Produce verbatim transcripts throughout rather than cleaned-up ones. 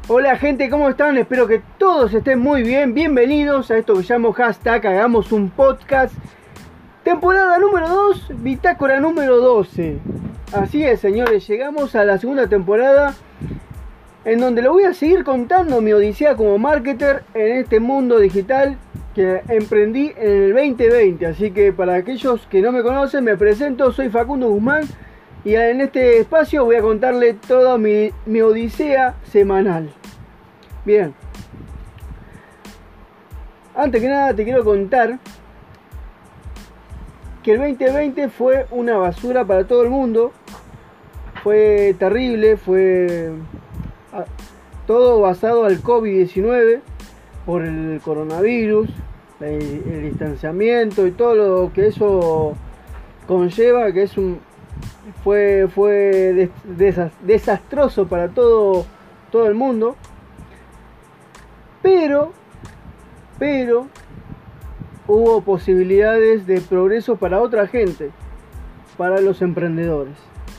Hola gente, ¿cómo están? Espero que todos estén muy bien. Bienvenidos a esto que llamo hashtag Hagamos un Podcast. Temporada número dos, bitácora número doce. Así es, señores, llegamos a la segunda temporada en donde le voy a seguir contando mi odisea como marketer en este mundo digital que emprendí en el veinte veinte. Así que para aquellos que no me conocen, me presento, soy Facundo Guzmán. Y en este espacio voy a contarle toda mi, mi odisea semanal. Bien. Antes que nada te quiero contar que el veinte veinte fue una basura para todo el mundo. Fue terrible, fue todo basado al COVID diecinueve por el coronavirus, el, el distanciamiento y todo lo que eso conlleva, que es un fue fue desastroso para todo todo el mundo, pero pero hubo posibilidades de progreso para otra gente, para los emprendedores.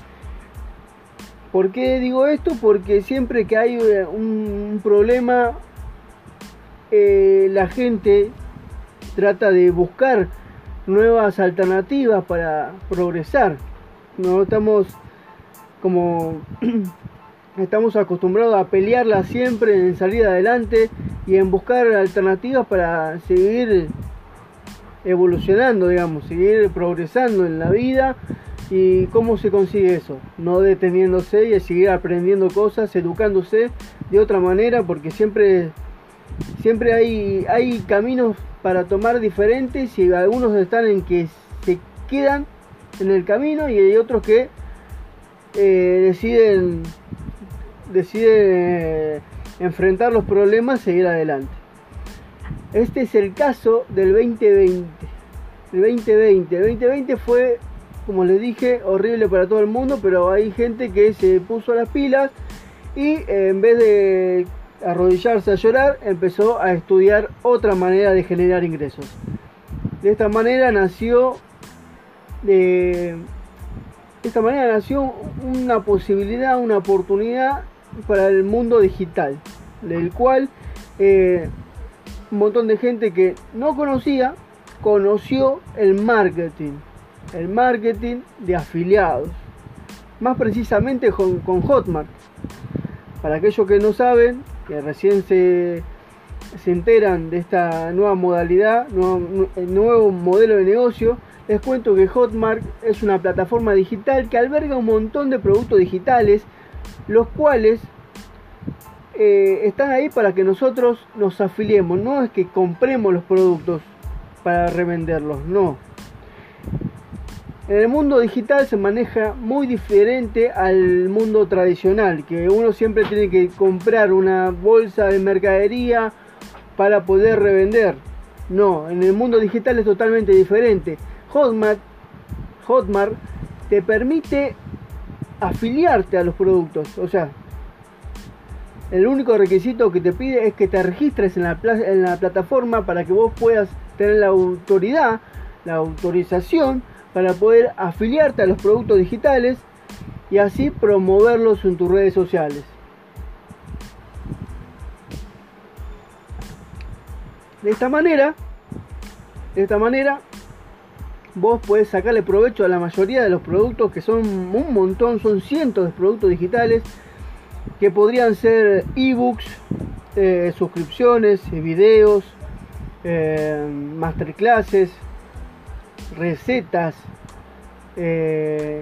¿Por qué digo esto? Porque siempre que hay un problema, eh, la gente trata de buscar nuevas alternativas para progresar. No estamos como estamos acostumbrados a pelearla siempre, en salir adelante y en buscar alternativas para seguir evolucionando, digamos, seguir progresando en la vida. ¿Y cómo se consigue eso? No deteniéndose y seguir aprendiendo cosas, educándose de otra manera, porque siempre siempre hay hay caminos para tomar diferentes, y algunos están en que se quedan en el camino y hay otros que eh, deciden deciden eh, enfrentar los problemas y seguir adelante. Este es el caso del veinte veinte. El veinte veinte, el veinte veinte fue, como les dije, horrible para todo el mundo, pero hay gente que se puso las pilas y eh, en vez de arrodillarse a llorar, empezó a estudiar otra manera de generar ingresos. De esta manera nació de, de esta manera nació una posibilidad, una oportunidad para el mundo digital, del cual eh, un montón de gente que no conocía conoció el marketing, el marketing de afiliados, más precisamente con, con Hotmart. Para aquellos que no saben, que recién se, se enteran de esta nueva modalidad, nuevo, nuevo modelo de negocio, les cuento que Hotmart es una plataforma digital que alberga un montón de productos digitales, los cuales eh, están ahí para que nosotros nos afiliemos. No es que compremos los productos para revenderlos, no. En el mundo digital se maneja muy diferente al mundo tradicional, que uno siempre tiene que comprar una bolsa de mercadería para poder revender. No, en el mundo digital es totalmente diferente. Hotmart, Hotmart te permite afiliarte a los productos. O sea, el único requisito que te pide es que te registres en la, en la plataforma para que vos puedas tener la autoridad, la autorización para poder afiliarte a los productos digitales y así promoverlos en tus redes sociales. De esta manera, de esta manera, vos podés sacarle provecho a la mayoría de los productos, que son un montón, son cientos de productos digitales, que podrían ser ebooks, eh, suscripciones, videos, eh, masterclasses, recetas, eh,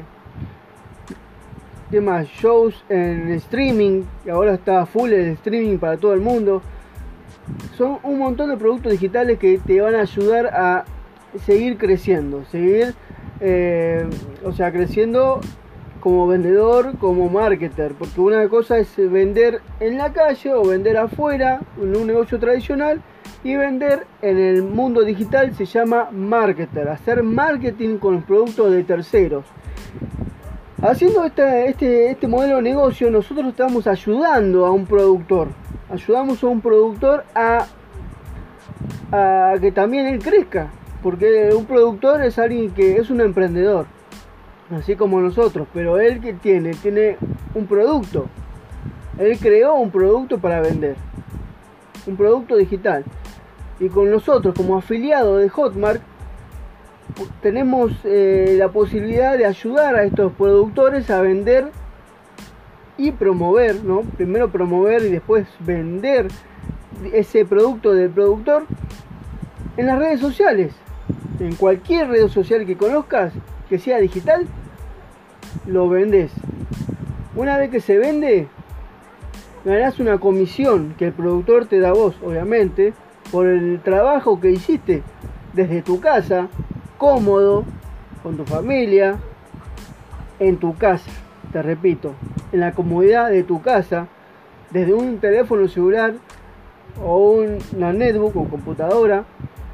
demás, shows en streaming, que ahora está full el streaming para todo el mundo. Son un montón de productos digitales que te van a ayudar a seguir creciendo, seguir, eh, o sea, creciendo como vendedor, como marketer, porque una cosa es vender en la calle o vender afuera en un negocio tradicional, y vender en el mundo digital se llama marketer, hacer marketing con los productos de terceros. Haciendo este, este, este modelo de negocio, nosotros estamos ayudando a un productor, ayudamos a un productor a, a que también él crezca, porque un productor es alguien que es un emprendedor, así como nosotros, pero él que tiene, tiene un producto, Él creó un producto para vender, un producto digital. Y con nosotros, como afiliados de Hotmart, tenemos eh, la posibilidad de ayudar a estos productores a vender y promover, ¿no? Primero promover y después vender ese producto del productor en las redes sociales. En cualquier red social que conozcas, que sea digital, lo vendes. Una vez que se vende, ganás una comisión que el productor te da a vos, obviamente, por el trabajo que hiciste desde tu casa, cómodo, con tu familia, en tu casa, te repito, en la comodidad de tu casa, desde un teléfono celular o una netbook o computadora.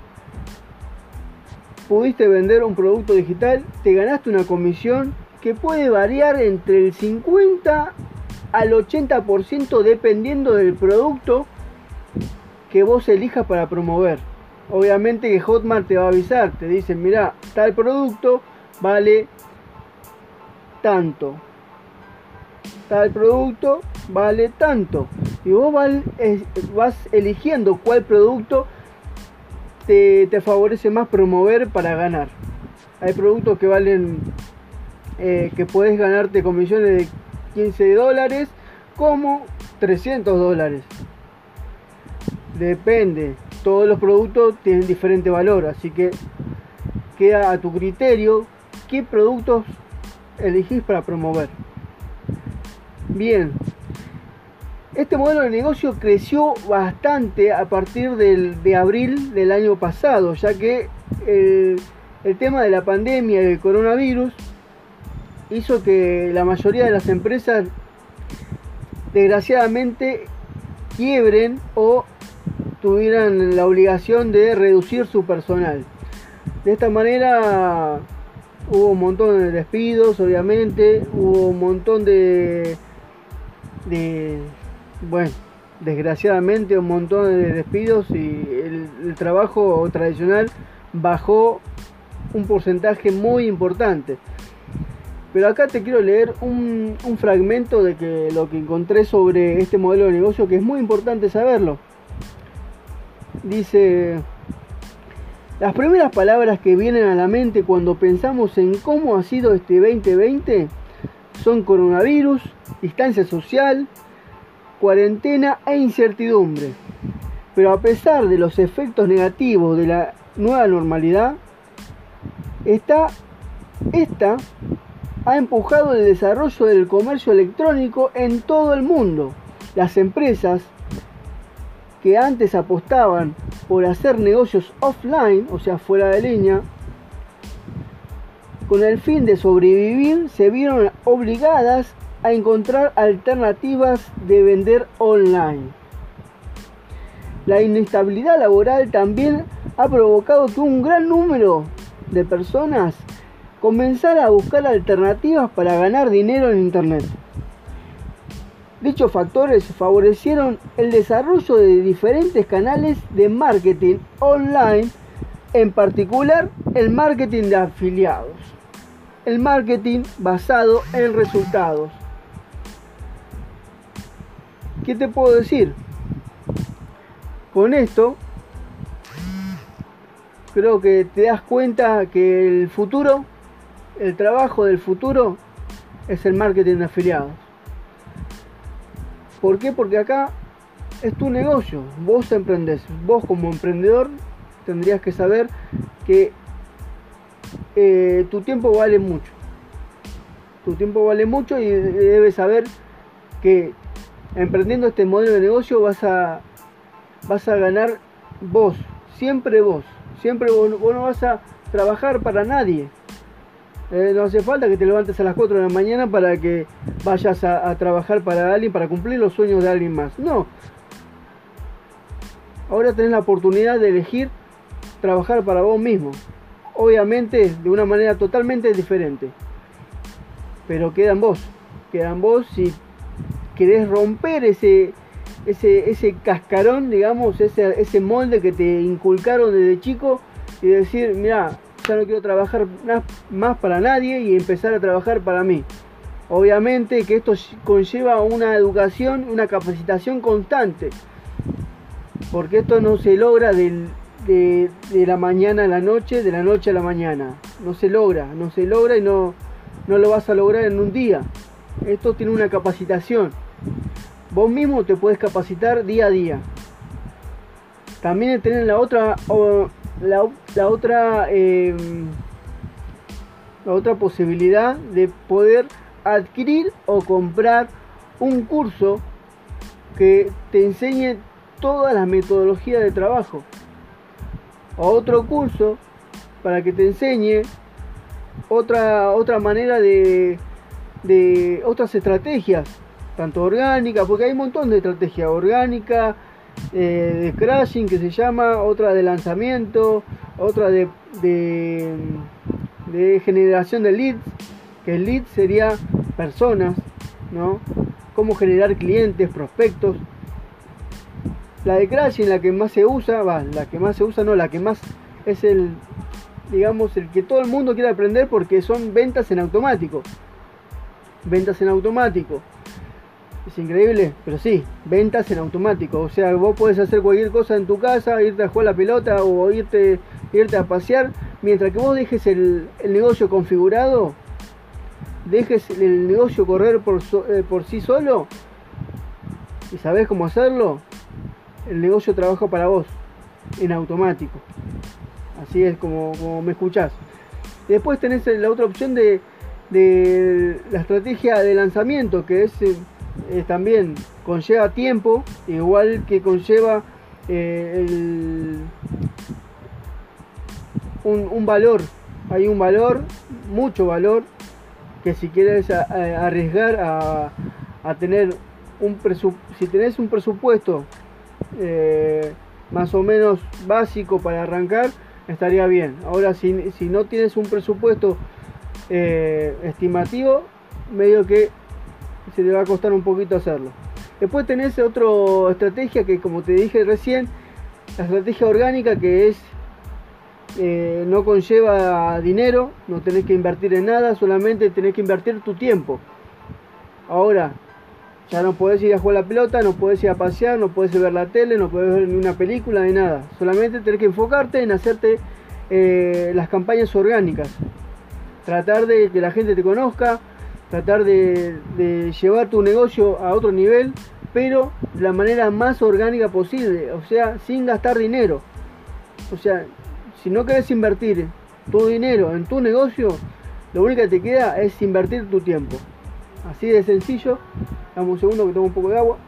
Pudiste vender un producto digital, te ganaste una comisión que puede variar entre el cincuenta al ochenta por ciento dependiendo del producto que vos elijas para promover. Obviamente que Hotmart te va a avisar, te dicen, mira, tal producto vale tanto, tal producto vale tanto, y vos vas eligiendo cuál producto te, te favorece más promover para ganar. Hay productos que valen, eh, que puedes ganarte comisiones de quince dólares como trescientos dólares. Depende, todos los productos tienen diferente valor, así que queda a tu criterio qué productos elegís para promover. Bien, este modelo de negocio creció bastante a partir del, de abril del año pasado, ya que el, el tema de la pandemia y del coronavirus hizo que la mayoría de las empresas desgraciadamente quiebren o tuvieran la obligación de reducir su personal. De esta manera hubo un montón de despidos, obviamente, hubo un montón de, de bueno, desgraciadamente un montón de despidos y el, el trabajo tradicional bajó un porcentaje muy importante. Pero acá te quiero leer un, un fragmento de que lo que encontré sobre este modelo de negocio, que es muy importante saberlo. Dice: las primeras palabras que vienen a la mente cuando pensamos en cómo ha sido este veinte veinte son coronavirus, distancia social, cuarentena e incertidumbre. Pero a pesar de los efectos negativos de la nueva normalidad, esta, esta ha empujado el desarrollo del comercio electrónico en todo el mundo. Las empresas que antes apostaban por hacer negocios offline, o sea, fuera de línea, con el fin de sobrevivir, se vieron obligadas a encontrar alternativas de vender online. La inestabilidad laboral también ha provocado que un gran número de personas comenzara a buscar alternativas para ganar dinero en Internet. Dichos factores favorecieron el desarrollo de diferentes canales de marketing online, en particular el marketing de afiliados, el marketing basado en resultados. ¿Qué te puedo decir? Con esto, creo que te das cuenta que el futuro, el trabajo del futuro, es el marketing de afiliados. ¿Por qué? Porque acá es tu negocio, vos emprendés, vos como emprendedor tendrías que saber que eh, tu tiempo vale mucho, tu tiempo vale mucho y debes saber que emprendiendo este modelo de negocio vas a, vas a ganar vos, siempre vos, siempre vos, vos no vas a trabajar para nadie. Eh, no hace falta que te levantes a las cuatro de la mañana para que vayas a, a trabajar para alguien, para cumplir los sueños de alguien más. No. Ahora tenés la oportunidad de elegir trabajar para vos mismo. Obviamente de una manera totalmente diferente. Pero queda en vos. Queda en vos si querés romper ese, ese, ese cascarón, digamos, ese, ese molde que te inculcaron desde chico y decir, mira, ya no quiero trabajar más para nadie y empezar a trabajar para mí. Obviamente que esto conlleva una educación, una capacitación constante, porque esto no se logra del, de, de la mañana a la noche, de la noche a la mañana. No se logra, no se logra y no, no lo vas a lograr en un día. Esto tiene una capacitación. Vos mismo te puedes capacitar día a día. También tenés la otra, la, la otra, eh, la otra posibilidad de poder adquirir o comprar un curso que te enseñe todas las metodologías de trabajo, o otro curso para que te enseñe otra otra manera de, de otras estrategias, tanto orgánicas, porque hay un montón de estrategias orgánicas, eh, de crashing que se llama, otra de lanzamiento, otra de, de, de generación de leads, que el lead sería personas, ¿no? Cómo generar clientes, prospectos. La de crashing, la que más se usa, va, la que más se usa, no, la que más es el, digamos, el que todo el mundo quiere aprender, porque son ventas en automático. Ventas en automático. Es increíble, pero sí, ventas en automático. O sea, vos podés hacer cualquier cosa en tu casa, irte a jugar la pelota o irte, irte a pasear, mientras que vos dejes el, el negocio configurado, dejes el negocio correr por, so, eh, por sí solo y sabés cómo hacerlo, el negocio trabaja para vos en automático. Así es como, como me escuchás. Después tenés la otra opción de, de la estrategia de lanzamiento, que es, eh, también conlleva tiempo, igual que conlleva eh, el, un, un valor. Hay un valor, mucho valor, que si quieres a, a arriesgar a, a tener un presupuesto, si tenés un presupuesto eh, más o menos básico para arrancar, estaría bien. Ahora, si, si no tienes un presupuesto eh, estimativo, medio que se te va a costar un poquito hacerlo. Después tenés otra estrategia que, como te dije recién, la estrategia orgánica, que es Eh, no conlleva dinero, no tenés que invertir en nada, solamente tenés que invertir tu tiempo. Ahora, ya no podés ir a jugar la pelota, no podés ir a pasear, no podés ver la tele, no podés ver ni una película ni nada. Solamente tenés que enfocarte en hacerte eh, las campañas orgánicas. Tratar de que la gente te conozca, tratar de, de llevar tu negocio a otro nivel, pero de la manera más orgánica posible, o sea, sin gastar dinero. O sea, si no querés invertir tu dinero en tu negocio, lo único que te queda es invertir tu tiempo. Así de sencillo. Dame un segundo que tomo un poco de agua.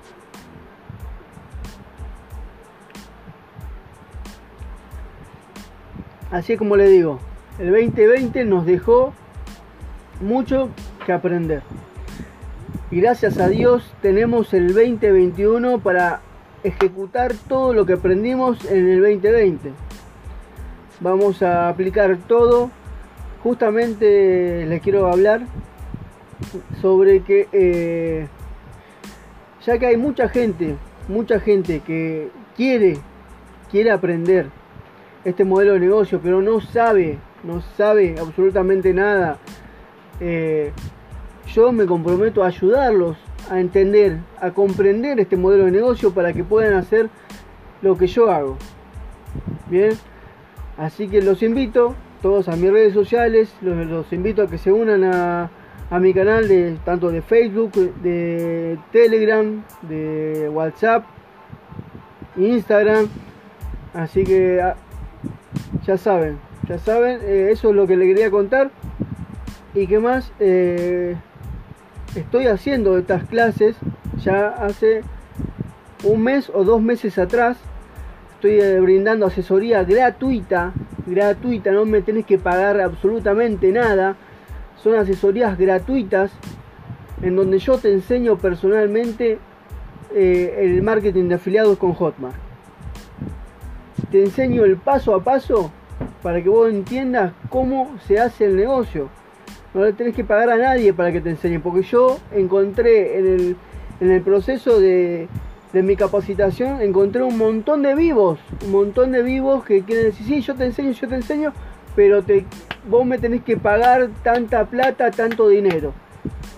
Así es como le digo, el veinte veinte nos dejó mucho que aprender. Y gracias a Dios tenemos el veinte veintiuno para ejecutar todo lo que aprendimos en el veinte veinte. Vamos a aplicar todo. Justamente les quiero hablar sobre que eh, ya que hay mucha gente, mucha gente que quiere, quiere aprender este modelo de negocio, pero no sabe, no sabe absolutamente nada. Eh, yo me comprometo a ayudarlos a entender, a comprender este modelo de negocio para que puedan hacer lo que yo hago. Bien. Así que los invito todos a mis redes sociales, los, los invito a que se unan a, a mi canal, de tanto de Facebook, de Telegram, de WhatsApp, Instagram. Así que ya saben, ya saben, eh, eso es lo que les quería contar. Y qué más, eh, estoy haciendo estas clases ya hace un mes o dos meses atrás. Estoy brindando asesoría gratuita, gratuita, no me tenés que pagar absolutamente nada. Son asesorías gratuitas en donde yo te enseño personalmente eh, el marketing de afiliados con Hotmart. Te enseño el paso a paso para que vos entiendas cómo se hace el negocio. No le tenés que pagar a nadie para que te enseñe, porque yo encontré en el, en el proceso de... de mi capacitación, encontré un montón de vivos, un montón de vivos que quieren decir, sí, yo te enseño, yo te enseño, pero te, vos me tenés que pagar tanta plata, tanto dinero.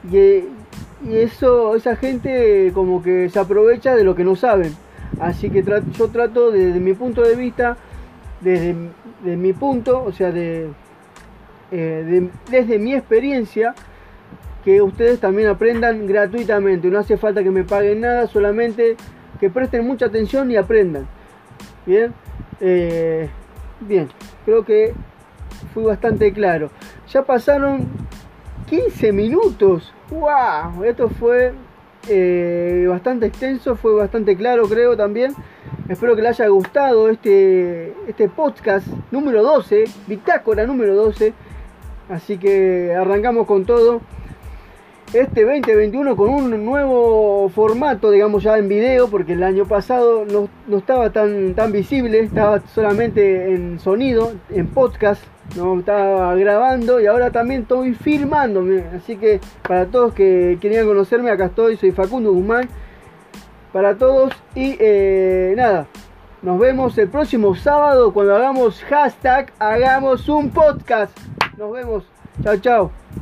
y, y eso, esa gente como que se aprovecha de lo que no saben. Así que tra yo trato desde mi punto de vista, desde, desde mi punto, o sea, de, eh, de, desde mi experiencia, que ustedes también aprendan gratuitamente. No hace falta que me paguen nada, solamente que presten mucha atención y aprendan. Bien, eh, bien, creo que fui bastante claro. Ya pasaron quince minutos. ¡Wow! Esto fue eh, bastante extenso, fue bastante claro, creo también. Espero que les haya gustado este, este podcast número doce, bitácora número doce. Así que arrancamos con todo. Este veinte veintiuno con un nuevo formato, digamos, ya en video, porque el año pasado no, no estaba tan, tan visible, estaba solamente en sonido, en podcast, no estaba grabando, y ahora también estoy filmándome. Así que para todos que querían conocerme, acá estoy, soy Facundo Guzmán, para todos. Y eh, nada, nos vemos el próximo sábado cuando hagamos hashtag hagamos un podcast. Nos vemos, chao chao.